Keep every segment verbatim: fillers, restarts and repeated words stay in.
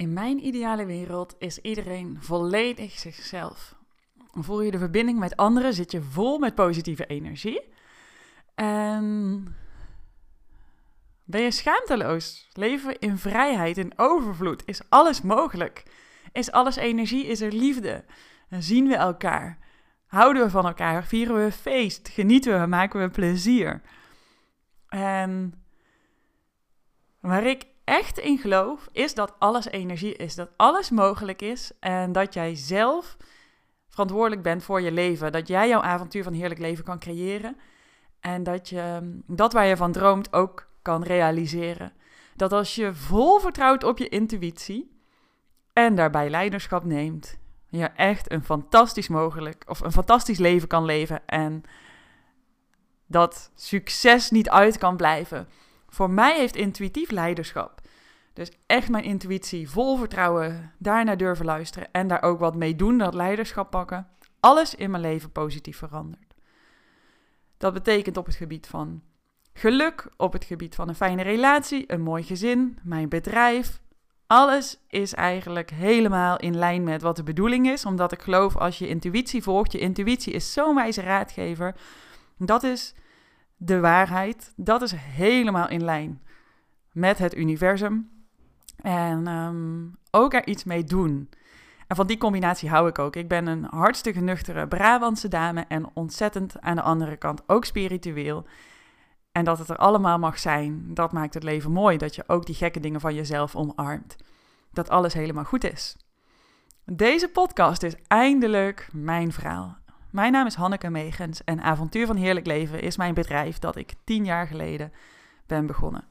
In mijn ideale wereld is iedereen volledig zichzelf. Voel je de verbinding met anderen, zit je vol met positieve energie. En ben je schaamteloos. Leven we in vrijheid, in overvloed. Is alles mogelijk? Is alles energie? Is er liefde? Dan zien we elkaar. Houden we van elkaar? Vieren we feest? Genieten we? Maken we plezier? En waar ik echt in geloof, is dat alles energie is. Dat alles mogelijk is. En dat jij zelf verantwoordelijk bent voor je leven. Dat jij jouw avontuur van heerlijk leven kan creëren. En dat je dat waar je van droomt ook kan realiseren. Dat als je vol vertrouwt op je intuïtie en daarbij leiderschap neemt, je echt een fantastisch mogelijk of een fantastisch leven kan leven en dat succes niet uit kan blijven. Voor mij heeft intuïtief leiderschap. Dus echt mijn intuïtie, vol vertrouwen, daarnaar durven luisteren en daar ook wat mee doen, dat leiderschap pakken. Alles in mijn leven positief verandert. Dat betekent op het gebied van geluk, op het gebied van een fijne relatie, een mooi gezin, mijn bedrijf. Alles is eigenlijk helemaal in lijn met wat de bedoeling is, omdat ik geloof als je intuïtie volgt, je intuïtie is zo'n wijze raadgever. Dat is de waarheid, dat is helemaal in lijn met het universum. En um, ook er iets mee doen. En van die combinatie hou ik ook. Ik ben een hartstikke nuchtere Brabantse dame en ontzettend aan de andere kant ook spiritueel. En dat het er allemaal mag zijn, dat maakt het leven mooi. Dat je ook die gekke dingen van jezelf omarmt. Dat alles helemaal goed is. Deze podcast is eindelijk mijn verhaal. Mijn naam is Hanneke Megens en Avontuur van Heerlijk Leven is mijn bedrijf dat ik tien jaar geleden ben begonnen.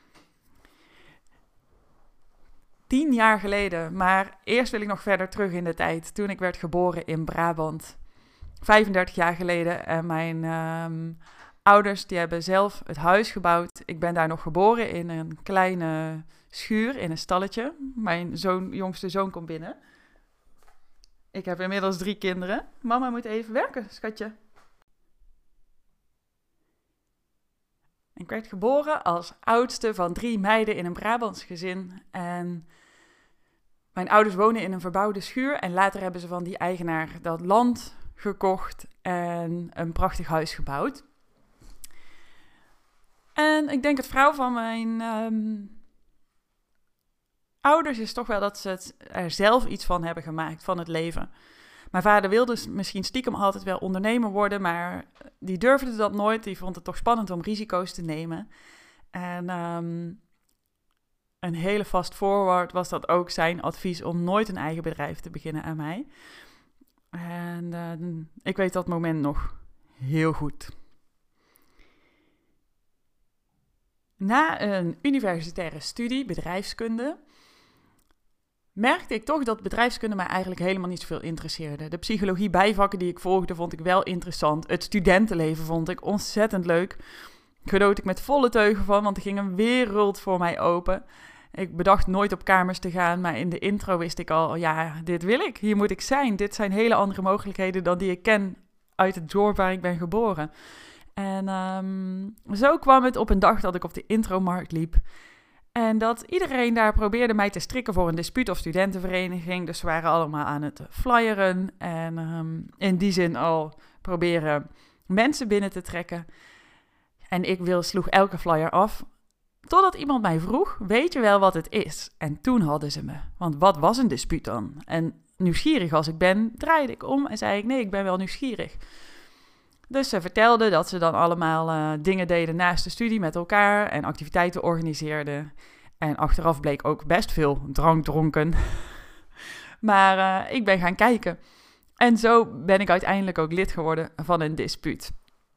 Tien jaar geleden, maar eerst wil ik nog verder terug in de tijd. Toen ik werd geboren in Brabant, vijfendertig jaar geleden. En mijn um, ouders die hebben zelf het huis gebouwd. Ik ben daar nog geboren in een kleine schuur, in een stalletje. Mijn zoon, jongste zoon komt binnen. Ik heb inmiddels drie kinderen. Mama moet even werken, schatje. Ik werd geboren als oudste van drie meiden in een Brabants gezin. En mijn ouders wonen in een verbouwde schuur. En later hebben ze van die eigenaar dat land gekocht en een prachtig huis gebouwd. En ik denk het verhaal van mijn um, ouders is toch wel dat ze het er zelf iets van hebben gemaakt, van het leven. Mijn vader wilde misschien stiekem altijd wel ondernemer worden, maar die durfde dat nooit. Die vond het toch spannend om risico's te nemen. En um, een hele fast forward was dat ook zijn advies om nooit een eigen bedrijf te beginnen aan mij. En uh, ik weet dat moment nog heel goed. Na een universitaire studie, bedrijfskunde, merkte ik toch dat bedrijfskunde mij eigenlijk helemaal niet zoveel interesseerde. De psychologie bijvakken die ik volgde vond ik wel interessant. Het studentenleven vond ik ontzettend leuk. Genoot ik met volle teugen van, want er ging een wereld voor mij open. Ik bedacht nooit op kamers te gaan, maar in de intro wist ik al, ja, dit wil ik. Hier moet ik zijn. Dit zijn hele andere mogelijkheden dan die ik ken uit het dorp waar ik ben geboren. En um, zo kwam het op een dag dat ik op de intromarkt liep. En dat iedereen daar probeerde mij te strikken voor een dispuut of studentenvereniging. Dus ze waren allemaal aan het flyeren en um, in die zin al proberen mensen binnen te trekken. En ik wil, sloeg elke flyer af, totdat iemand mij vroeg, weet je wel wat het is? En toen hadden ze me, want wat was een dispuut dan? En nieuwsgierig als ik ben, draaide ik om en zei ik, nee, ik ben wel nieuwsgierig. Dus ze vertelden dat ze dan allemaal uh, dingen deden naast de studie met elkaar en activiteiten organiseerden. En achteraf bleek ook best veel drank dronken. maar uh, ik ben gaan kijken. En zo ben ik uiteindelijk ook lid geworden van een dispuut.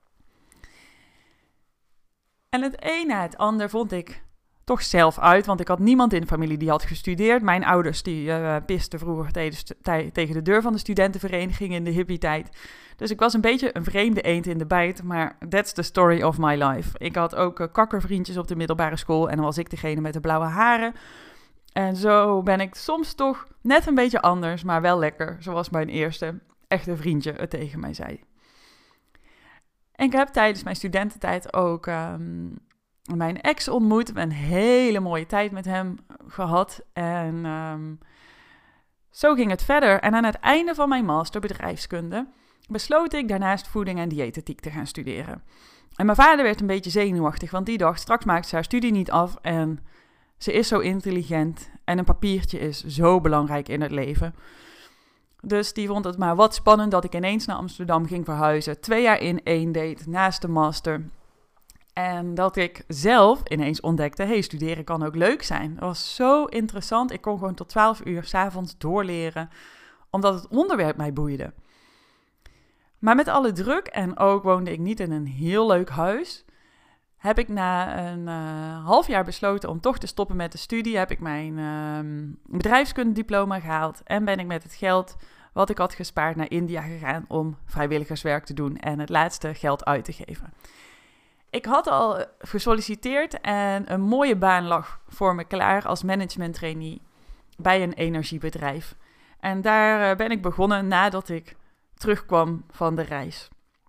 En het een na het ander vond ik toch zelf uit, want ik had niemand in de familie die had gestudeerd. Mijn ouders die uh, pisten vroeger tegen, tegen de deur van de studentenvereniging in de hippie-tijd. Dus ik was een beetje een vreemde eend in de bijt, maar that's the story of my life. Ik had ook uh, kakkervriendjes op de middelbare school en dan was ik degene met de blauwe haren. En zo ben ik soms toch net een beetje anders, maar wel lekker, zoals mijn eerste echte vriendje het tegen mij zei. En ik heb tijdens mijn studententijd ook um, mijn ex ontmoet. Een hele mooie tijd met hem gehad. En um, zo ging het verder. En aan het einde van mijn master bedrijfskunde besloot ik daarnaast voeding en diëtetiek te gaan studeren. En mijn vader werd een beetje zenuwachtig, want die dacht, straks maakt ze haar studie niet af en ze is zo intelligent en een papiertje is zo belangrijk in het leven. Dus die vond het maar wat spannend dat ik ineens naar Amsterdam ging verhuizen. Twee jaar in één deed, naast de master. En dat ik zelf ineens ontdekte, hey, studeren kan ook leuk zijn. Dat was zo interessant. Ik kon gewoon tot twaalf uur 's avonds doorleren, omdat het onderwerp mij boeide. Maar met alle druk, en ook woonde ik niet in een heel leuk huis, heb ik na een uh, half jaar besloten om toch te stoppen met de studie. Heb ik mijn uh, bedrijfskundediploma gehaald en ben ik met het geld wat ik had gespaard naar India gegaan om vrijwilligerswerk te doen en het laatste geld uit te geven. Ik had al gesolliciteerd en een mooie baan lag voor me klaar als management trainee bij een energiebedrijf. En daar uh, ben ik begonnen nadat ik terugkwam van de reis.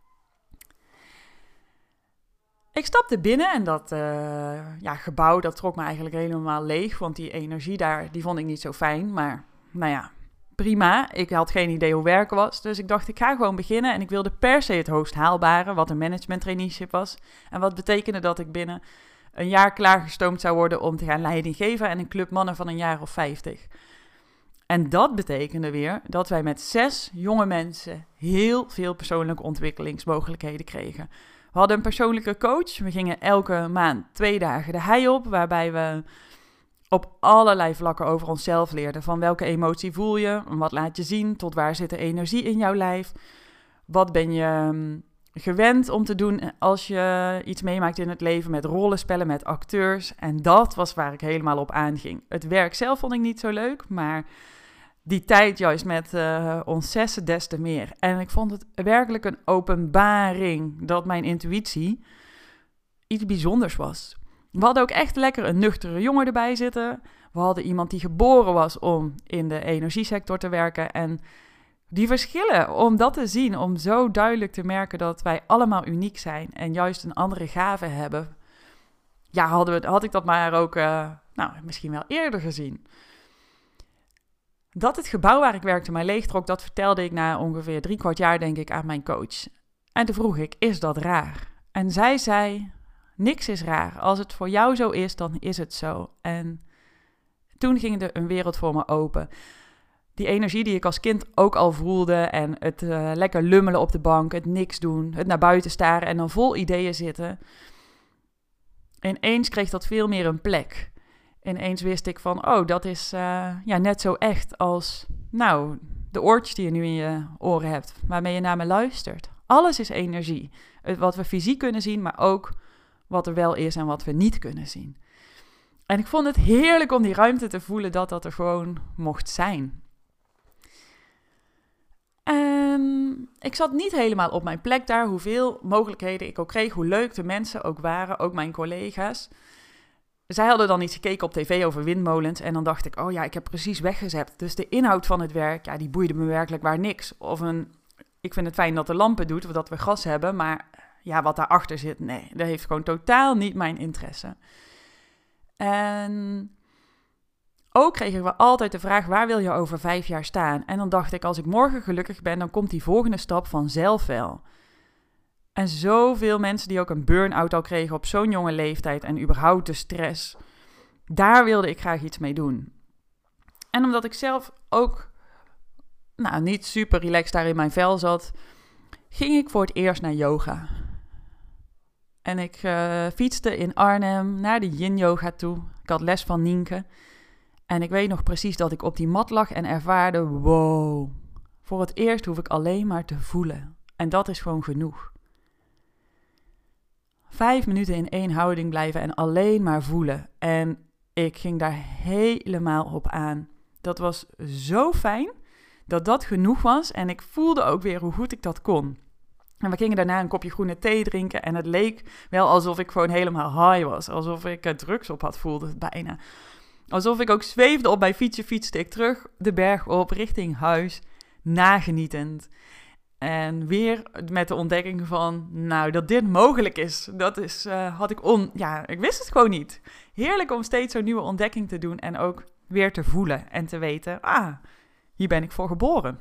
Ik stapte binnen en dat uh, ja, gebouw, dat trok me eigenlijk helemaal leeg, want die energie daar, die vond ik niet zo fijn. Maar nou ja, prima. Ik had geen idee hoe werken was, dus ik dacht ik ga gewoon beginnen. En ik wilde per se het hoogst haalbare, wat een management traineeship was. En wat betekende dat ik binnen een jaar klaargestoomd zou worden om te gaan leiding geven en een club mannen van een jaar of vijftig. En dat betekende weer dat wij met zes jonge mensen heel veel persoonlijke ontwikkelingsmogelijkheden kregen. We hadden een persoonlijke coach. We gingen elke maand twee dagen de hei op, waarbij we op allerlei vlakken over onszelf leerden. Van welke emotie voel je, wat laat je zien, tot waar zit de energie in jouw lijf. Wat ben je gewend om te doen als je iets meemaakt in het leven met rollenspellen, met acteurs. En dat was waar ik helemaal op aanging. Het werk zelf vond ik niet zo leuk, maar die tijd juist met uh, ons zessen des te meer. En ik vond het werkelijk een openbaring dat mijn intuïtie iets bijzonders was. We hadden ook echt lekker een nuchtere jongen erbij zitten. We hadden iemand die geboren was om in de energiesector te werken. En die verschillen, om dat te zien, om zo duidelijk te merken dat wij allemaal uniek zijn en juist een andere gave hebben. Ja, hadden we, had ik dat maar ook uh, nou, misschien wel eerder gezien. Dat het gebouw waar ik werkte mij leegtrok, dat vertelde ik na ongeveer drie kwart jaar, denk ik, aan mijn coach. En toen vroeg ik, is dat raar? En zij zei, niks is raar. Als het voor jou zo is, dan is het zo. En toen ging er een wereld voor me open. Die energie die ik als kind ook al voelde en het uh, lekker lummelen op de bank, het niks doen, het naar buiten staren en dan vol ideeën zitten. Ineens kreeg dat veel meer een plek. Ineens wist ik van, oh, dat is uh, ja, net zo echt als, nou, de oortjes die je nu in je oren hebt, waarmee je naar me luistert. Alles is energie. Wat we fysiek kunnen zien, maar ook wat er wel is en wat we niet kunnen zien. En ik vond het heerlijk om die ruimte te voelen dat dat er gewoon mocht zijn. En ik zat niet helemaal op mijn plek daar, hoeveel mogelijkheden ik ook kreeg, hoe leuk de mensen ook waren, ook mijn collega's. Zij hadden dan iets gekeken op tv over windmolens en dan dacht ik, oh ja, ik heb precies weggezept. Dus de inhoud van het werk, ja, die boeide me werkelijk waar niks. Of een, ik vind het fijn dat de lampen doet, of dat we gas hebben, maar ja, wat daarachter zit, nee, dat heeft gewoon totaal niet mijn interesse. En ook kregen we altijd de vraag, waar wil je over vijf jaar staan? En dan dacht ik, als ik morgen gelukkig ben, dan komt die volgende stap vanzelf wel. En zoveel mensen die ook een burn-out al kregen op zo'n jonge leeftijd en überhaupt de stress. Daar wilde ik graag iets mee doen. En omdat ik zelf ook nou, niet super relaxed daar in mijn vel zat, ging ik voor het eerst naar yoga. En ik uh, fietste in Arnhem naar de yin-yoga toe. Ik had les van Nienke. En ik weet nog precies dat ik op die mat lag en ervaarde, wow, voor het eerst hoef ik alleen maar te voelen. En dat is gewoon genoeg. Vijf minuten in één houding blijven en alleen maar voelen. En ik ging daar helemaal op aan. Dat was zo fijn dat dat genoeg was. En ik voelde ook weer hoe goed ik dat kon. En we gingen daarna een kopje groene thee drinken. En het leek wel alsof ik gewoon helemaal high was. Alsof ik drugs op had, voelde het bijna. Alsof ik ook zweefde op mijn fietsje, fietste ik terug de berg op richting huis, nagenietend. En weer met de ontdekking van, nou, dat dit mogelijk is. Dat is, uh, had ik on... Ja, ik wist het gewoon niet. Heerlijk om steeds zo'n nieuwe ontdekking te doen en ook weer te voelen en te weten, ah, hier ben ik voor geboren.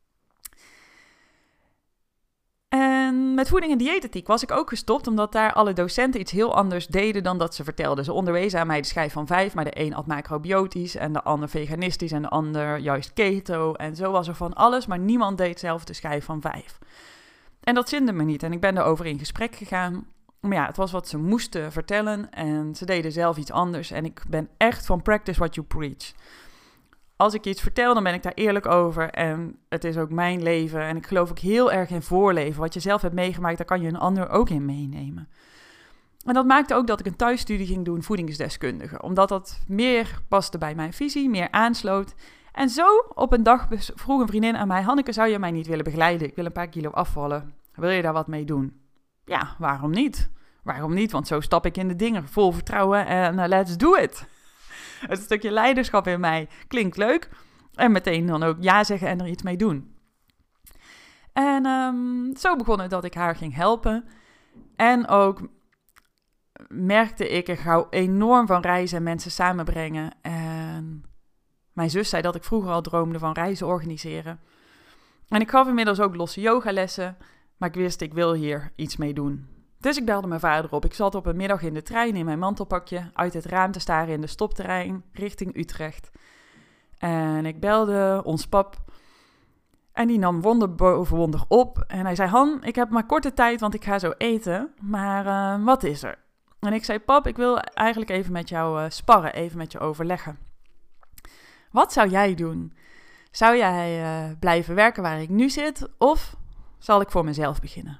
En met voeding en diëtetiek was ik ook gestopt, omdat daar alle docenten iets heel anders deden dan dat ze vertelden. Ze onderwezen aan mij de schijf van vijf, maar de een at macrobiotisch en de ander veganistisch en de ander juist keto. En zo was er van alles, maar niemand deed zelf de schijf van vijf. En dat zinde me niet en ik ben erover in gesprek gegaan. Maar ja, het was wat ze moesten vertellen en ze deden zelf iets anders. En ik ben echt van practice what you preach. Als ik iets vertel, dan ben ik daar eerlijk over. En het is ook mijn leven. En ik geloof ook heel erg in voorleven. Wat je zelf hebt meegemaakt, daar kan je een ander ook in meenemen. En dat maakte ook dat ik een thuisstudie ging doen, voedingsdeskundige. Omdat dat meer paste bij mijn visie, meer aansloot. En zo op een dag vroeg een vriendin aan mij, Hanneke, zou je mij niet willen begeleiden? Ik wil een paar kilo afvallen. Wil je daar wat mee doen? Ja, waarom niet? Waarom niet? Want zo stap ik in de dingen, vol vertrouwen en uh, let's do it. Het stukje leiderschap in mij klinkt leuk. En meteen dan ook ja zeggen en er iets mee doen. En um, zo begon het dat ik haar ging helpen. En ook merkte ik, ik hou enorm van reizen en mensen samenbrengen. En mijn zus zei dat ik vroeger al droomde van reizen organiseren. En ik gaf inmiddels ook losse yogalessen. Maar ik wist, ik wil hier iets mee doen. Dus ik belde mijn vader op. Ik zat op een middag in de trein in mijn mantelpakje uit het raam te staren in de stopterrein richting Utrecht. En ik belde ons pap en die nam wonder boven wonder op. En hij zei, Han, ik heb maar korte tijd, want ik ga zo eten. Maar uh, wat is er? En ik zei, pap, ik wil eigenlijk even met jou uh, sparren, even met je overleggen. Wat zou jij doen? Zou jij uh, blijven werken waar ik nu zit of zal ik voor mezelf beginnen?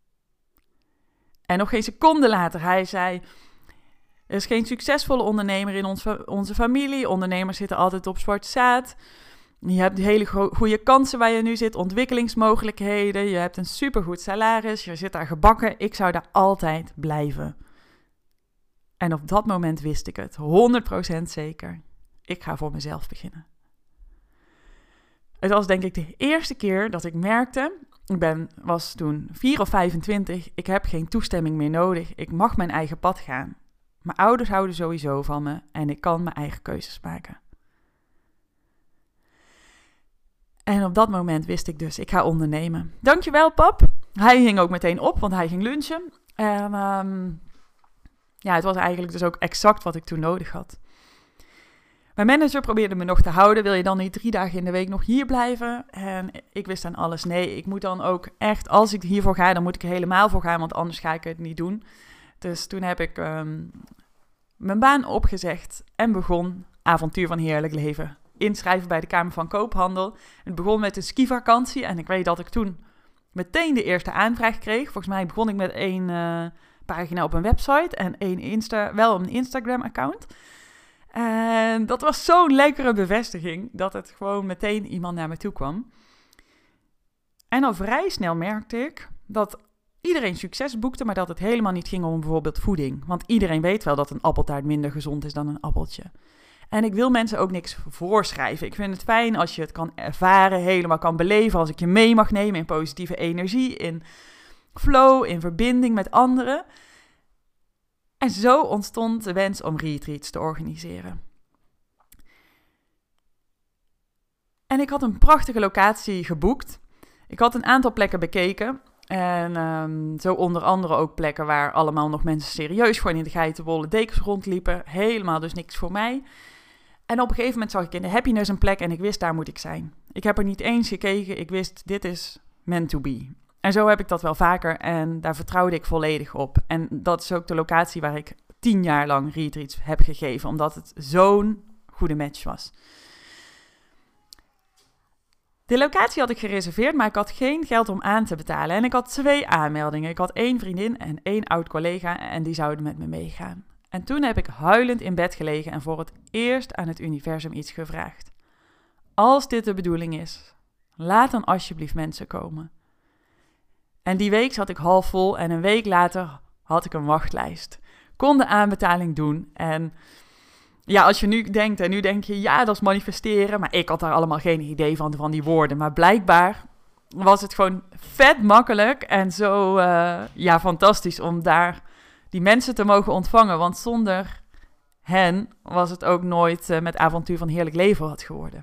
En nog geen seconde later, hij zei, er is geen succesvolle ondernemer in ons, onze familie. Ondernemers zitten altijd op zwart zaad. Je hebt hele go- goede kansen waar je nu zit, ontwikkelingsmogelijkheden. Je hebt een supergoed salaris, je zit daar gebakken. Ik zou daar altijd blijven. En op dat moment wist ik het, honderd procent zeker. Ik ga voor mezelf beginnen. Het was denk ik de eerste keer dat ik merkte, ik ben, was toen vier of vijfentwintig, ik heb geen toestemming meer nodig. Ik mag mijn eigen pad gaan. Mijn ouders houden sowieso van me en ik kan mijn eigen keuzes maken. En op dat moment wist ik dus, ik ga ondernemen. Dankjewel, pap. Hij hing ook meteen op, want hij ging lunchen. En um, ja, het was eigenlijk dus ook exact wat ik toen nodig had. Mijn manager probeerde me nog te houden. Wil je dan niet drie dagen in de week nog hier blijven? En ik wist aan alles, nee, ik moet dan ook echt, als ik hiervoor ga, dan moet ik er helemaal voor gaan, want anders ga ik het niet doen. Dus toen heb ik um, mijn baan opgezegd en begon avontuur van heerlijk leven. Inschrijven bij de Kamer van Koophandel. Het begon met een skivakantie en ik weet dat ik toen meteen de eerste aanvraag kreeg. Volgens mij begon ik met één uh, pagina op een website en één Insta, wel een Instagram-account. En dat was zo'n lekkere bevestiging dat het gewoon meteen iemand naar me toe kwam. En al vrij snel merkte ik dat iedereen succes boekte, maar dat het helemaal niet ging om bijvoorbeeld voeding. Want iedereen weet wel dat een appeltaart minder gezond is dan een appeltje. En ik wil mensen ook niks voorschrijven. Ik vind het fijn als je het kan ervaren, helemaal kan beleven. Als ik je mee mag nemen in positieve energie, in flow, in verbinding met anderen. En zo ontstond de wens om retreats te organiseren. En ik had een prachtige locatie geboekt. Ik had een aantal plekken bekeken. En um, zo onder andere ook plekken waar allemaal nog mensen serieus gewoon in de geitenwolle dekens rondliepen. Helemaal dus niks voor mij. En op een gegeven moment zag ik in de Happiness een plek en ik wist, daar moet ik zijn. Ik heb er niet eens gekeken, ik wist, dit is meant to be. En zo heb ik dat wel vaker en daar vertrouwde ik volledig op. En dat is ook de locatie waar ik tien jaar lang retreats heb gegeven, omdat het zo'n goede match was. De locatie had ik gereserveerd, maar ik had geen geld om aan te betalen. En ik had twee aanmeldingen. Ik had één vriendin en één oud collega en die zouden met me meegaan. En toen heb ik huilend in bed gelegen en voor het eerst aan het universum iets gevraagd. Als dit de bedoeling is, laat dan alsjeblieft mensen komen. En die week zat ik half vol en een week later had ik een wachtlijst. Kon de aanbetaling doen en ja, als je nu denkt en nu denk je, ja, dat is manifesteren, maar ik had daar allemaal geen idee van, van die woorden. Maar blijkbaar was het gewoon vet makkelijk en zo uh, ja, fantastisch om daar die mensen te mogen ontvangen. Want zonder hen was het ook nooit uh, met Avontuur van Heerlijk Leven wat geworden.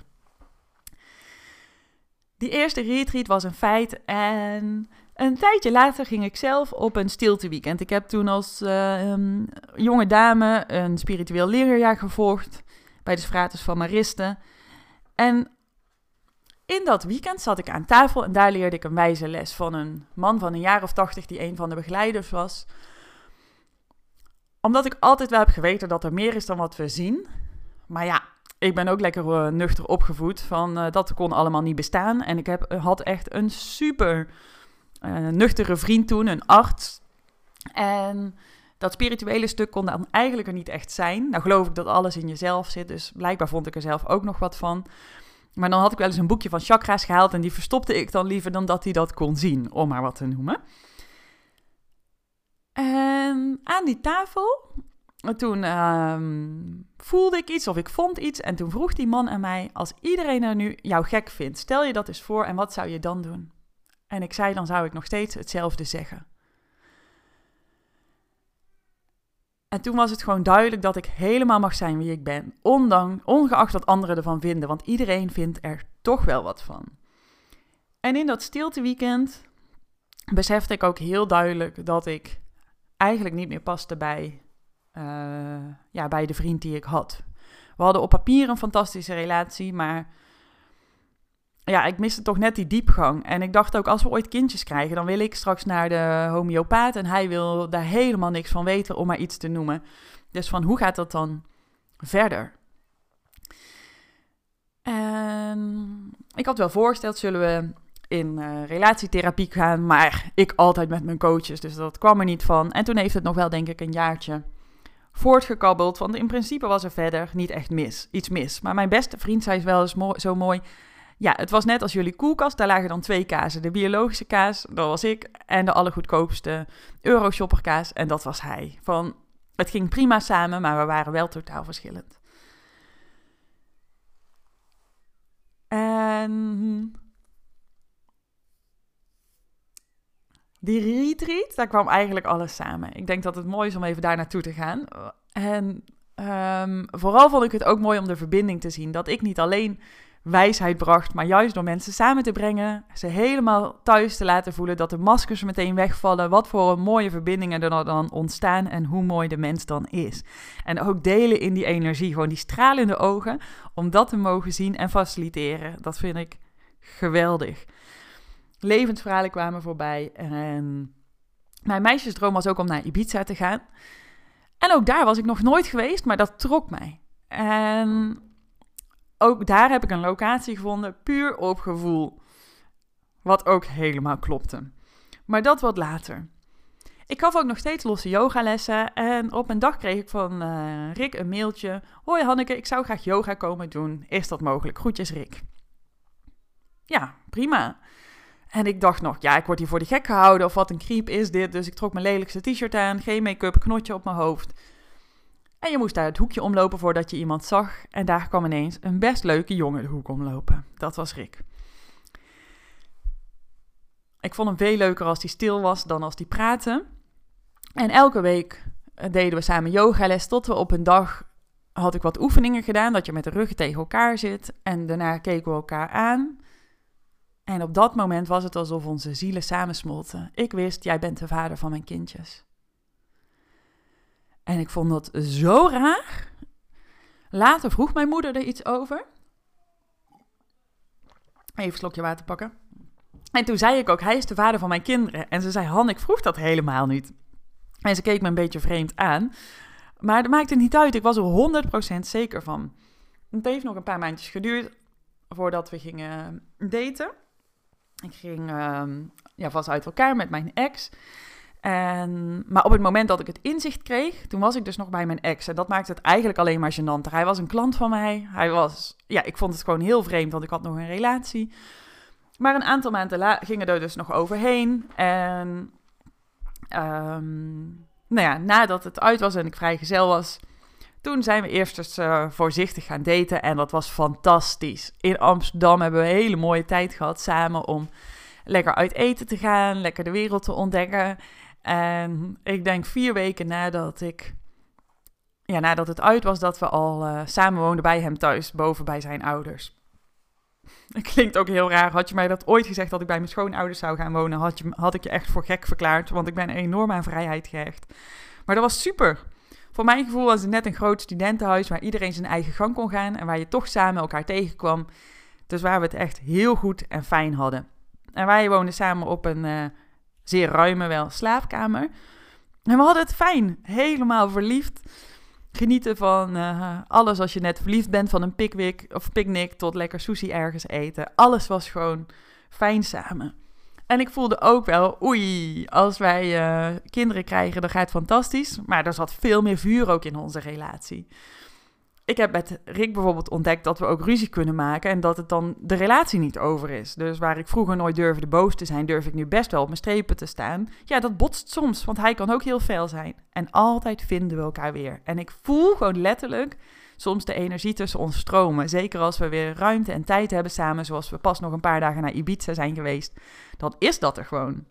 Die eerste retreat was een feit en een tijdje later ging ik zelf op een stilteweekend. Ik heb toen als uh, um, jonge dame een spiritueel leerjaar gevolgd bij de Frates van Mariste. En in dat weekend zat ik aan tafel en daar leerde ik een wijze les van een man van een jaar of tachtig die een van de begeleiders was. Omdat ik altijd wel heb geweten dat er meer is dan wat we zien. Maar ja, ik ben ook lekker uh, nuchter opgevoed van uh, dat kon allemaal niet bestaan. En ik heb, had echt een super uh, nuchtere vriend toen, een arts. En dat spirituele stuk kon dan eigenlijk er niet echt zijn. Nou geloof ik dat alles in jezelf zit, dus blijkbaar vond ik er zelf ook nog wat van. Maar dan had ik wel eens een boekje van chakra's gehaald en die verstopte ik dan liever dan dat hij dat kon zien, om maar wat te noemen. En aan die tafel, toen uh, voelde ik iets of ik vond iets en toen vroeg die man aan mij, als iedereen er nu jou gek vindt, stel je dat eens voor en wat zou je dan doen? En ik zei, dan zou ik nog steeds hetzelfde zeggen. En toen was het gewoon duidelijk dat ik helemaal mag zijn wie ik ben, ondanks, ongeacht wat anderen ervan vinden, want iedereen vindt er toch wel wat van. En in dat stilteweekend besefte ik ook heel duidelijk dat ik eigenlijk niet meer paste bij, uh, ja, bij de vriend die ik had. We hadden op papier een fantastische relatie, maar ja, ik miste toch net die diepgang. En ik dacht ook, als we ooit kindjes krijgen, dan wil ik straks naar de homeopaat en hij wil daar helemaal niks van weten, om maar iets te noemen. Dus van, hoe gaat dat dan verder? En ik had wel voorgesteld, zullen we in uh, relatietherapie gaan, maar ik altijd met mijn coaches, dus dat kwam er niet van. En toen heeft het nog wel, denk ik, een jaartje voortgekabbeld, want in principe was er verder niet echt mis, iets mis. Maar mijn beste vriend zei wel eens mo- zo mooi, ja, het was net als jullie koelkast, daar lagen dan twee kazen. De biologische kaas, dat was ik, en de allergoedkoopste Euroshopper kaas, en dat was hij. Van, het ging prima samen, maar we waren wel totaal verschillend. En die retreat, daar kwam eigenlijk alles samen. Ik denk dat het mooi is om even daar naartoe te gaan. En um, vooral vond ik het ook mooi om de verbinding te zien. Dat ik niet alleen wijsheid bracht, maar juist door mensen samen te brengen, ze helemaal thuis te laten voelen, dat de maskers meteen wegvallen, wat voor mooie verbindingen er dan ontstaan en hoe mooi de mens dan is. En ook delen in die energie, gewoon die stralende ogen, om dat te mogen zien en faciliteren. Dat vind ik geweldig. Levensverhalen kwamen voorbij en mijn meisjesdroom was ook om naar Ibiza te gaan. En ook daar was ik nog nooit geweest, maar dat trok mij. En ook daar heb ik een locatie gevonden, puur op gevoel. Wat ook helemaal klopte. Maar dat wat later. Ik gaf ook nog steeds losse yogalessen. En op een dag kreeg ik van uh, Rick een mailtje. Hoi Hanneke, ik zou graag yoga komen doen. Is dat mogelijk? Groetjes Rick. Ja, prima. En ik dacht nog, ja, ik word hier voor de gek gehouden. Of wat een creep is dit. Dus ik trok mijn lelijkste t-shirt aan. Geen make-up, knotje op mijn hoofd. En je moest daar het hoekje omlopen voordat je iemand zag. En daar kwam ineens een best leuke jongen de hoek omlopen. Dat was Rick. Ik vond hem veel leuker als hij stil was dan als hij praatte. En elke week deden we samen yogales tot we op een dag had ik wat oefeningen gedaan. Dat je met de ruggen tegen elkaar zit. En daarna keken we elkaar aan. En op dat moment was het alsof onze zielen samensmolten. Ik wist, jij bent de vader van mijn kindjes. En ik vond dat zo raar. Later vroeg mijn moeder er iets over. Even een slokje water pakken. En toen zei ik ook, hij is de vader van mijn kinderen. En ze zei, Han, ik vroeg dat helemaal niet. En ze keek me een beetje vreemd aan. Maar dat maakte niet uit, ik was er honderd procent zeker van. Het heeft nog een paar maandjes geduurd voordat we gingen daten. Ik ging uh, ja, vast uit elkaar met mijn ex. En, maar op het moment dat ik het inzicht kreeg, toen was ik dus nog bij mijn ex. En dat maakte het eigenlijk alleen maar gênanter. Hij was een klant van mij. Hij was, ja, ik vond het gewoon heel vreemd, want ik had nog een relatie. Maar een aantal maanden la- gingen er dus nog overheen. En um, nou ja, nadat het uit was en ik vrijgezel was, toen zijn we eerst eens uh, voorzichtig gaan daten. En dat was fantastisch. In Amsterdam hebben we een hele mooie tijd gehad samen om lekker uit eten te gaan, lekker de wereld te ontdekken. En ik denk vier weken nadat ik, ja, nadat het uit was, dat we al uh, samen woonden bij hem thuis, boven bij zijn ouders. Het klinkt ook heel raar. Had je mij dat ooit gezegd dat ik bij mijn schoonouders zou gaan wonen, had, je, had ik je echt voor gek verklaard, want ik ben enorm aan vrijheid gehecht. Maar dat was super. Voor mijn gevoel was het net een groot studentenhuis waar iedereen zijn eigen gang kon gaan en waar je toch samen elkaar tegenkwam. Dus waar we het echt heel goed en fijn hadden. En wij woonden samen op een uh, zeer ruime wel slaapkamer. En we hadden het fijn, helemaal verliefd. Genieten van uh, alles als je net verliefd bent, van een pickwick of picknick tot lekker sushi ergens eten. Alles was gewoon fijn samen. En ik voelde ook wel, oei, als wij uh, kinderen krijgen, dan gaat het fantastisch. Maar er zat veel meer vuur ook in onze relatie. Ik heb met Rick bijvoorbeeld ontdekt dat we ook ruzie kunnen maken en dat het dan de relatie niet over is. Dus waar ik vroeger nooit durfde boos te zijn, durf ik nu best wel op mijn strepen te staan. Ja, dat botst soms, want hij kan ook heel fel zijn. En altijd vinden we elkaar weer. En ik voel gewoon letterlijk soms de energie tussen ons stromen. Zeker als we weer ruimte en tijd hebben samen, zoals we pas nog een paar dagen naar Ibiza zijn geweest. Dan is dat er gewoon.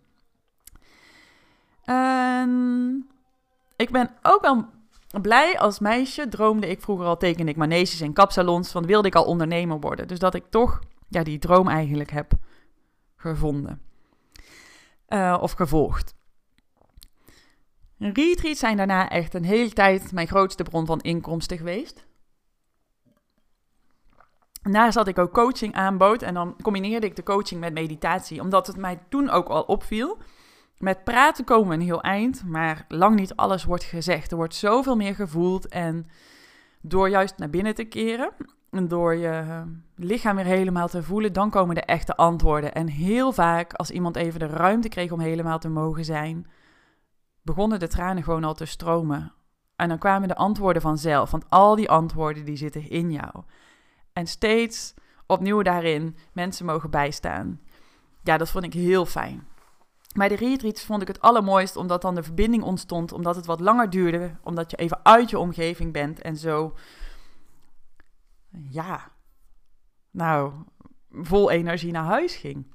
En ik ben ook wel blij. Als meisje droomde ik vroeger al, tekende ik maneges en kapsalons, want wilde ik al ondernemer worden. Dus dat ik toch ja, die droom eigenlijk heb gevonden. Uh, of gevolgd. Retreats zijn daarna echt een hele tijd mijn grootste bron van inkomsten geweest. Daarnaast had ik ook coaching aanbood en dan combineerde ik de coaching met meditatie, omdat het mij toen ook al opviel. Met praten komen we een heel eind, maar lang niet alles wordt gezegd. Er wordt zoveel meer gevoeld en door juist naar binnen te keren en door je lichaam weer helemaal te voelen, dan komen de echte antwoorden. En heel vaak, als iemand even de ruimte kreeg om helemaal te mogen zijn, begonnen de tranen gewoon al te stromen. En dan kwamen de antwoorden vanzelf, want al die antwoorden die zitten in jou. En steeds opnieuw daarin mensen mogen bijstaan. Ja, dat vond ik heel fijn. Bij de retreats vond ik het allermooist omdat dan de verbinding ontstond, omdat het wat langer duurde, omdat je even uit je omgeving bent en zo, ja, nou, vol energie naar huis ging.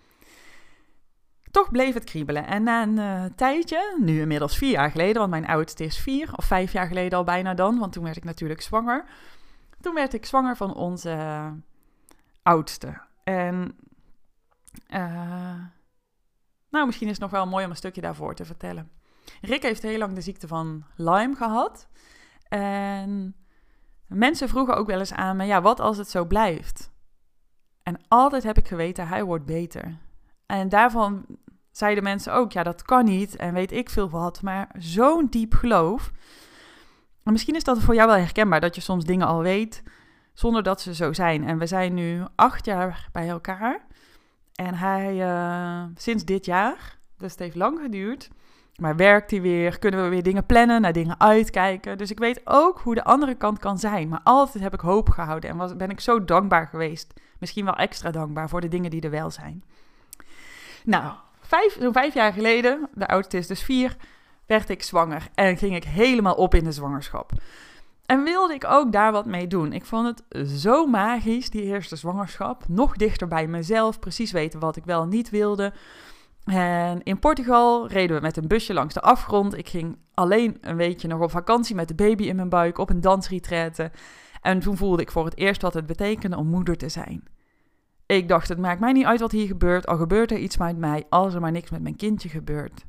Toch bleef het kriebelen en na een uh, tijdje, nu inmiddels vier jaar geleden, want mijn oudste is vier of vijf jaar geleden al bijna dan, want toen werd ik natuurlijk zwanger. Toen werd ik zwanger van onze uh, oudste en uh, nou, misschien is het nog wel mooi om een stukje daarvoor te vertellen. Rick heeft heel lang de ziekte van Lyme gehad. En mensen vroegen ook wel eens aan me, ja, wat als het zo blijft? En altijd heb ik geweten, hij wordt beter. En daarvan zeiden mensen ook, ja, dat kan niet en weet ik veel wat. Maar zo'n diep geloof. En misschien is dat voor jou wel herkenbaar, dat je soms dingen al weet zonder dat ze zo zijn. En we zijn nu acht jaar bij elkaar. En hij, uh, sinds dit jaar, dus het heeft lang geduurd, maar werkt hij weer, kunnen we weer dingen plannen, naar dingen uitkijken. Dus ik weet ook hoe de andere kant kan zijn, maar altijd heb ik hoop gehouden en was, ben ik zo dankbaar geweest. Misschien wel extra dankbaar voor de dingen die er wel zijn. Nou, vijf, zo'n vijf jaar geleden, de oudste is dus vier, werd ik zwanger en ging ik helemaal op in de zwangerschap. En wilde ik ook daar wat mee doen. Ik vond het zo magisch, die eerste zwangerschap. Nog dichter bij mezelf, precies weten wat ik wel en niet wilde. En in Portugal reden we met een busje langs de afgrond. Ik ging alleen een weekje nog op vakantie met de baby in mijn buik op een dansretraite. En toen voelde ik voor het eerst wat het betekende om moeder te zijn. Ik dacht, het maakt mij niet uit wat hier gebeurt, al gebeurt er iets met mij, als er maar niks met mijn kindje gebeurt.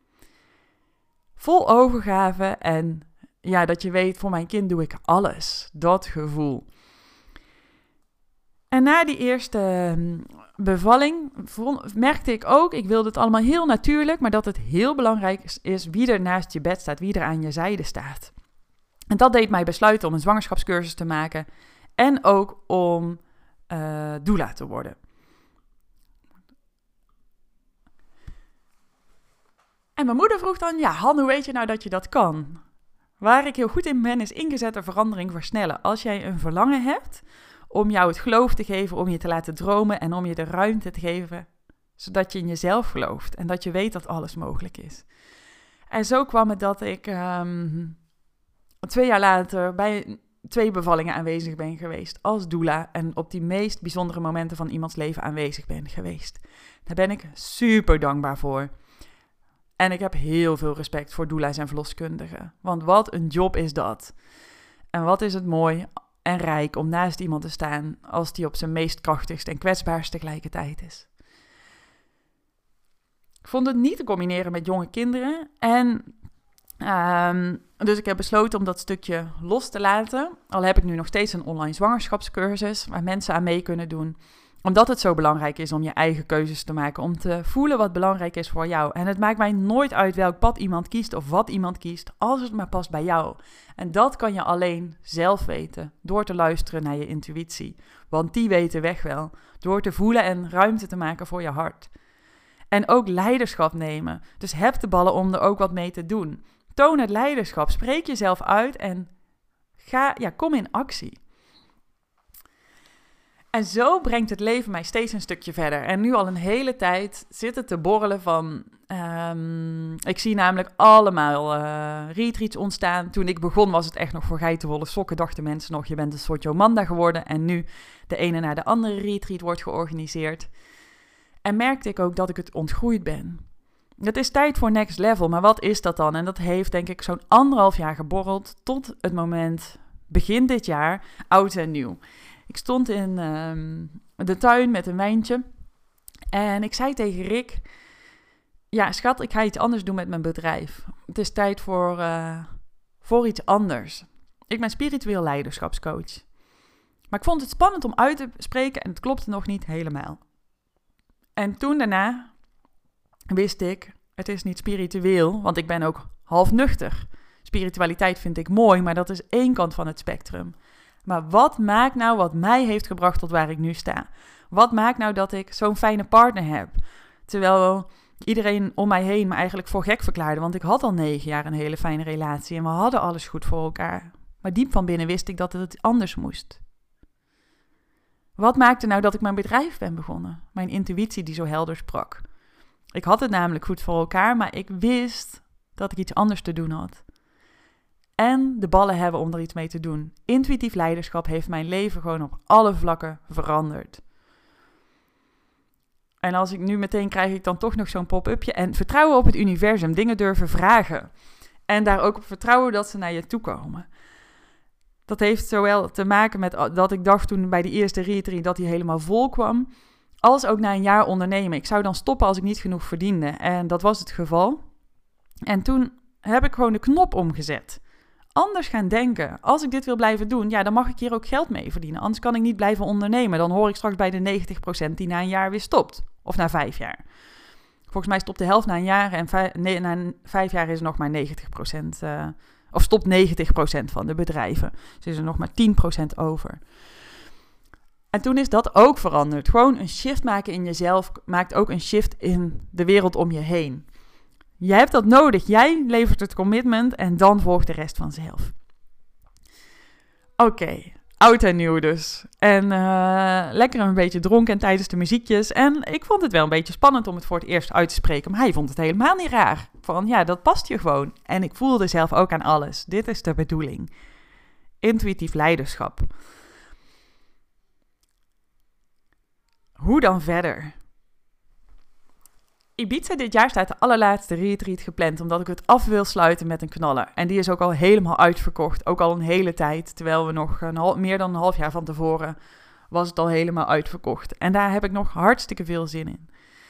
Vol overgave en ja, dat je weet, voor mijn kind doe ik alles. Dat gevoel. En na die eerste bevalling vond, merkte ik ook, ik wilde het allemaal heel natuurlijk, maar dat het heel belangrijk is, is wie er naast je bed staat, wie er aan je zijde staat. En dat deed mij besluiten om een zwangerschapscursus te maken en ook om uh, doula te worden. En mijn moeder vroeg dan, ja, Han, hoe weet je nou dat je dat kan? Waar ik heel goed in ben, is ingezette verandering versnellen. Als jij een verlangen hebt om jou het geloof te geven, om je te laten dromen en om je de ruimte te geven, zodat je in jezelf gelooft en dat je weet dat alles mogelijk is. En zo kwam het dat ik um, twee jaar later bij twee bevallingen aanwezig ben geweest als doula en op die meest bijzondere momenten van iemands leven aanwezig ben geweest. Daar ben ik super dankbaar voor. En ik heb heel veel respect voor doula's en verloskundigen. Want wat een job is dat. En wat is het mooi en rijk om naast iemand te staan als die op zijn meest krachtigst en kwetsbaarst tegelijkertijd is. Ik vond het niet te combineren met jonge kinderen. En um, dus ik heb besloten om dat stukje los te laten. Al heb ik nu nog steeds een online zwangerschapscursus waar mensen aan mee kunnen doen. Omdat het zo belangrijk is om je eigen keuzes te maken. Om te voelen wat belangrijk is voor jou. En het maakt mij nooit uit welk pad iemand kiest of wat iemand kiest. Als het maar past bij jou. En dat kan je alleen zelf weten. Door te luisteren naar je intuïtie. Want die weet de weg wel. Door te voelen en ruimte te maken voor je hart. En ook leiderschap nemen. Dus heb de ballen om er ook wat mee te doen. Toon het leiderschap. Spreek jezelf uit en ga, ja, kom in actie. En zo brengt het leven mij steeds een stukje verder. En nu al een hele tijd zit het te borrelen van... Um, ik zie namelijk allemaal uh, retreats ontstaan. Toen ik begon was het echt nog voor geitenwolle sokken. Dachten mensen nog, je bent een soort Jomanda geworden. En nu de ene na de andere retreat wordt georganiseerd. En merkte ik ook dat ik het ontgroeid ben. Het is tijd voor next level, maar wat is dat dan? En dat heeft denk ik zo'n anderhalf jaar geborreld tot het moment begin dit jaar, oud en nieuw. Ik stond in um, de tuin met een wijntje en ik zei tegen Rick, ja schat, ik ga iets anders doen met mijn bedrijf. Het is tijd voor, uh, voor iets anders. Ik ben spiritueel leiderschapscoach. Maar ik vond het spannend om uit te spreken en het klopte nog niet helemaal. En toen daarna wist ik, het is niet spiritueel, want ik ben ook half nuchter. Spiritualiteit vind ik mooi, maar dat is één kant van het spectrum. Maar wat maakt nou wat mij heeft gebracht tot waar ik nu sta? Wat maakt nou dat ik zo'n fijne partner heb? Terwijl iedereen om mij heen me eigenlijk voor gek verklaarde, want ik had al negen jaar een hele fijne relatie en we hadden alles goed voor elkaar. Maar diep van binnen wist ik dat het anders moest. Wat maakte nou dat ik mijn bedrijf ben begonnen? Mijn intuïtie die zo helder sprak. Ik had het namelijk goed voor elkaar, maar ik wist dat ik iets anders te doen had. En de ballen hebben om er iets mee te doen. Intuïtief leiderschap heeft mijn leven gewoon op alle vlakken veranderd. En als ik nu meteen krijg ik dan toch nog zo'n pop-upje. En vertrouwen op het universum, dingen durven vragen. En daar ook op vertrouwen dat ze naar je toe komen. Dat heeft zowel te maken met dat ik dacht toen bij die eerste retreat dat die helemaal vol kwam. Als ook na een jaar ondernemen. Ik zou dan stoppen als ik niet genoeg verdiende. En dat was het geval. En toen heb ik gewoon de knop omgezet. Anders gaan denken. Als ik dit wil blijven doen, ja, dan mag ik hier ook geld mee verdienen. Anders kan ik niet blijven ondernemen. Dan hoor ik straks bij de negentig procent die na een jaar weer stopt. Of na vijf jaar. Volgens mij stopt de helft na een jaar. En vijf, nee, na vijf jaar is er nog maar negentig procent. Uh, of stopt negentig procent van de bedrijven. Dus is er nog maar tien procent over. En toen is dat ook veranderd. Gewoon een shift maken in jezelf maakt ook een shift in de wereld om je heen. Jij hebt dat nodig. Jij levert het commitment en dan volgt de rest vanzelf. Oké, okay, oud en nieuw dus. En uh, lekker een beetje dronken tijdens de muziekjes. En ik vond het wel een beetje spannend om het voor het eerst uit te spreken. Maar hij vond het helemaal niet raar. Van ja, dat past je gewoon. En ik voelde zelf ook aan alles. Dit is de bedoeling. Intuïtief leiderschap. Hoe dan verder? Ibiza dit jaar staat de allerlaatste retreat gepland, omdat ik het af wil sluiten met een knaller. En die is ook al helemaal uitverkocht, ook al een hele tijd. Terwijl we nog een hal- meer dan een half jaar van tevoren was het al helemaal uitverkocht. En daar heb ik nog hartstikke veel zin in.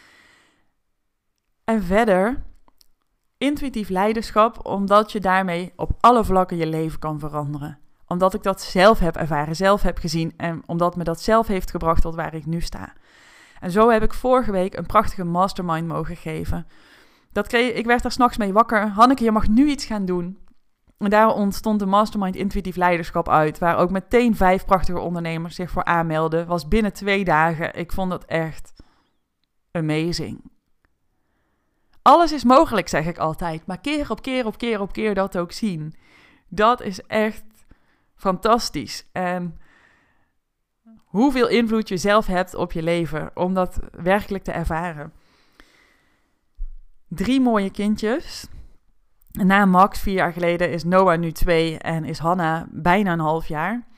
En verder, intuïtief leiderschap, omdat je daarmee op alle vlakken je leven kan veranderen. Omdat ik dat zelf heb ervaren, zelf heb gezien en omdat me dat zelf heeft gebracht tot waar ik nu sta. En zo heb ik vorige week een prachtige mastermind mogen geven. Dat kreeg, ik werd daar 's nachts mee wakker. Hanneke, je mag nu iets gaan doen. En daar ontstond de mastermind Intuïtief Leiderschap uit. Waar ook meteen vijf prachtige ondernemers zich voor aanmelden. Was binnen twee dagen. Ik vond dat echt amazing. Alles is mogelijk, zeg ik altijd. Maar keer op keer op keer op keer dat ook zien. Dat is echt fantastisch. En hoeveel invloed je zelf hebt op je leven om dat werkelijk te ervaren. Drie mooie kindjes. Na Max, vier jaar geleden, is Noah nu twee en is Hanna bijna een half jaar.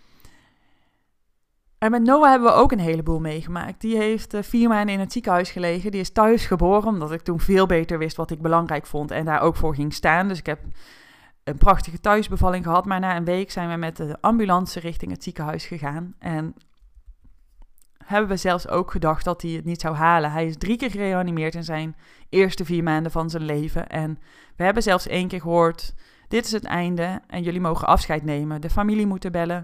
En met Noah hebben we ook een heleboel meegemaakt. Die heeft uh, vier maanden in het ziekenhuis gelegen. Die is thuis geboren, omdat ik toen veel beter wist wat ik belangrijk vond en daar ook voor ging staan. Dus ik heb een prachtige thuisbevalling gehad. Maar na een week zijn we met de ambulance richting het ziekenhuis gegaan. En hebben we zelfs ook gedacht dat hij het niet zou halen. Hij is drie keer gereanimeerd in zijn eerste vier maanden van zijn leven. En we hebben zelfs één keer gehoord, dit is het einde en jullie mogen afscheid nemen. De familie moeten bellen.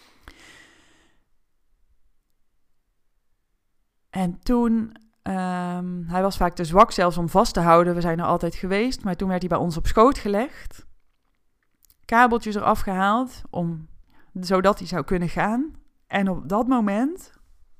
En toen, um, hij was vaak te zwak zelfs om vast te houden. We zijn er altijd geweest, maar toen werd hij bij ons op schoot gelegd. Kabeltjes eraf gehaald, om, zodat hij zou kunnen gaan. En op dat moment,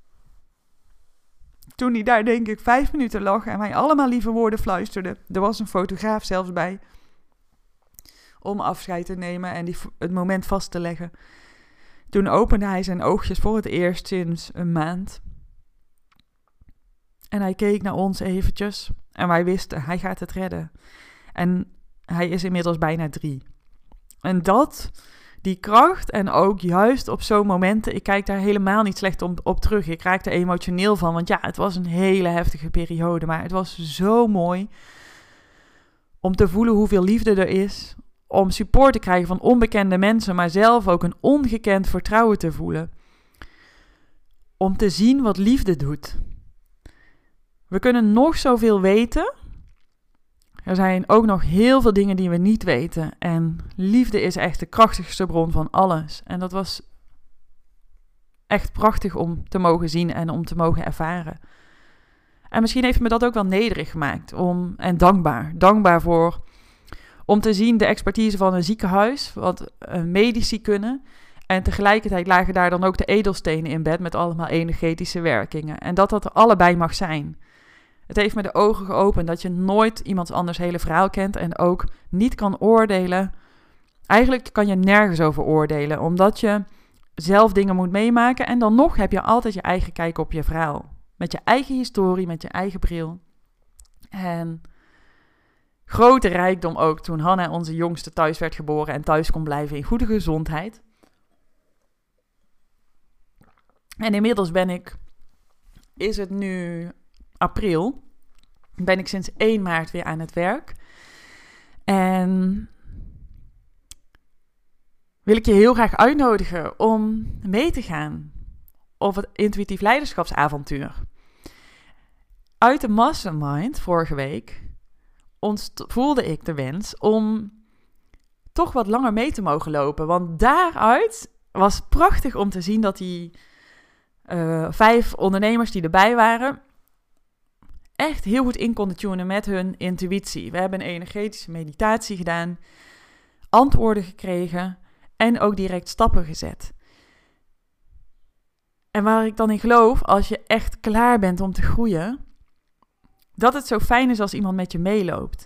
toen hij daar denk ik vijf minuten lag en mij allemaal lieve woorden fluisterde. Er was een fotograaf zelfs bij, om afscheid te nemen en die, het moment vast te leggen. Toen opende hij zijn oogjes voor het eerst sinds een maand. En hij keek naar ons eventjes. En wij wisten, hij gaat het redden. En hij is inmiddels bijna drie. En dat, die kracht en ook juist op zo'n momenten, ik kijk daar helemaal niet slecht op, op terug. Ik raak er emotioneel van, want ja, het was een hele heftige periode. Maar het was zo mooi om te voelen hoeveel liefde er is. Om support te krijgen van onbekende mensen, maar zelf ook een ongekend vertrouwen te voelen. Om te zien wat liefde doet. We kunnen nog zoveel weten. Er zijn ook nog heel veel dingen die we niet weten. En liefde is echt de krachtigste bron van alles. En dat was echt prachtig om te mogen zien en om te mogen ervaren. En misschien heeft me dat ook wel nederig gemaakt. Om, en dankbaar. Dankbaar voor om te zien de expertise van een ziekenhuis. Wat uh, medici kunnen. En tegelijkertijd lagen daar dan ook de edelstenen in bed met allemaal energetische werkingen. En dat dat er allebei mag zijn. Het heeft me de ogen geopend dat je nooit iemands anders hele verhaal kent en ook niet kan oordelen. Eigenlijk kan je nergens over oordelen, omdat je zelf dingen moet meemaken en dan nog heb je altijd je eigen kijk op je verhaal. Met je eigen historie, met je eigen bril. En grote rijkdom ook toen Hanna, onze jongste, thuis werd geboren en thuis kon blijven in goede gezondheid. En inmiddels ben ik, is het nu april, ben ik sinds één maart weer aan het werk. En wil ik je heel graag uitnodigen om mee te gaan op het intuïtief leiderschapsavontuur. Uit de mastermind vorige week ontst- voelde ik de wens om toch wat langer mee te mogen lopen. Want daaruit was prachtig om te zien dat die uh, vijf ondernemers die erbij waren echt heel goed in konden tunen met hun intuïtie. We hebben een energetische meditatie gedaan, antwoorden gekregen en ook direct stappen gezet. En waar ik dan in geloof, als je echt klaar bent om te groeien, dat het zo fijn is als iemand met je meeloopt.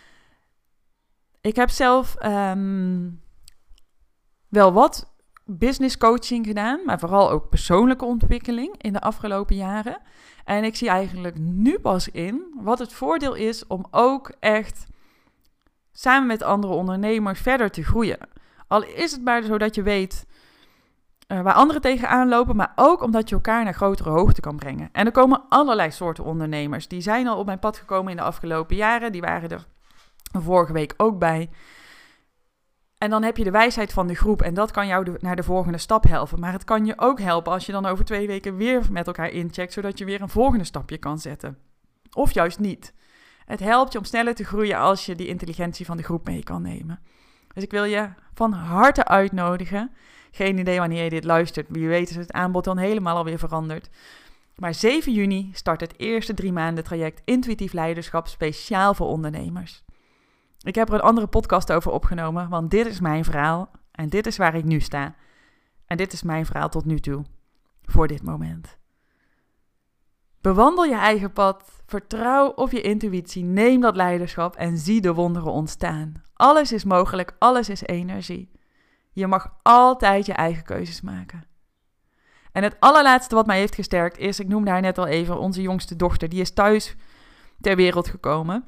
Ik heb zelf um, wel wat business coaching gedaan, maar vooral ook persoonlijke ontwikkeling in de afgelopen jaren. En ik zie eigenlijk nu pas in wat het voordeel is om ook echt samen met andere ondernemers verder te groeien. Al is het maar zo dat je weet uh, waar anderen tegenaan lopen, maar ook omdat je elkaar naar grotere hoogte kan brengen. En er komen allerlei soorten ondernemers. Die zijn al op mijn pad gekomen in de afgelopen jaren. Die waren er vorige week ook bij. En dan heb je de wijsheid van de groep en dat kan jou de, naar de volgende stap helpen. Maar het kan je ook helpen als je dan over twee weken weer met elkaar incheckt, zodat je weer een volgende stapje kan zetten. Of juist niet. Het helpt je om sneller te groeien als je die intelligentie van de groep mee kan nemen. Dus ik wil je van harte uitnodigen. Geen idee wanneer je dit luistert. Wie weet is het aanbod dan helemaal alweer veranderd. Maar zeven juni start het eerste drie maanden traject Intuïtief Leiderschap speciaal voor ondernemers. Ik heb er een andere podcast over opgenomen, want dit is mijn verhaal en dit is waar ik nu sta. En dit is mijn verhaal tot nu toe, voor dit moment. Bewandel je eigen pad, vertrouw op je intuïtie, neem dat leiderschap en zie de wonderen ontstaan. Alles is mogelijk, alles is energie. Je mag altijd je eigen keuzes maken. En het allerlaatste wat mij heeft gesterkt is, ik noemde haar net al even, onze jongste dochter, die is thuis ter wereld gekomen.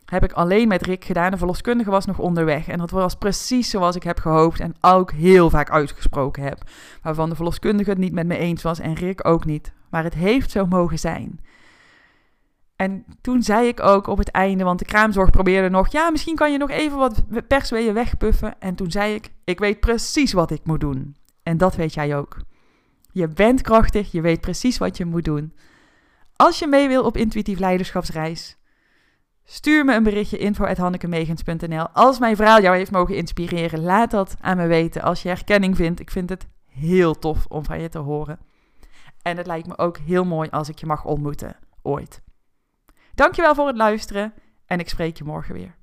heb ik alleen met Rick gedaan. De verloskundige was nog onderweg. En dat was precies zoals ik heb gehoopt en ook heel vaak uitgesproken heb. Waarvan de verloskundige het niet met me eens was en Rick ook niet. Maar het heeft zo mogen zijn. En toen zei ik ook op het einde, want de kraamzorg probeerde nog... ja, misschien kan je nog even wat persweeën wegpuffen. En toen zei ik, ik weet precies wat ik moet doen. En dat weet jij ook. Je bent krachtig, je weet precies wat je moet doen. Als je mee wil op intuïtief leiderschapsreis... stuur me een berichtje info at hannekemegens punt n l. Als mijn verhaal jou heeft mogen inspireren, laat dat aan me weten. Als je herkenning vindt, ik vind het heel tof om van je te horen. En het lijkt me ook heel mooi als ik je mag ontmoeten, ooit. Dankjewel voor het luisteren en ik spreek je morgen weer.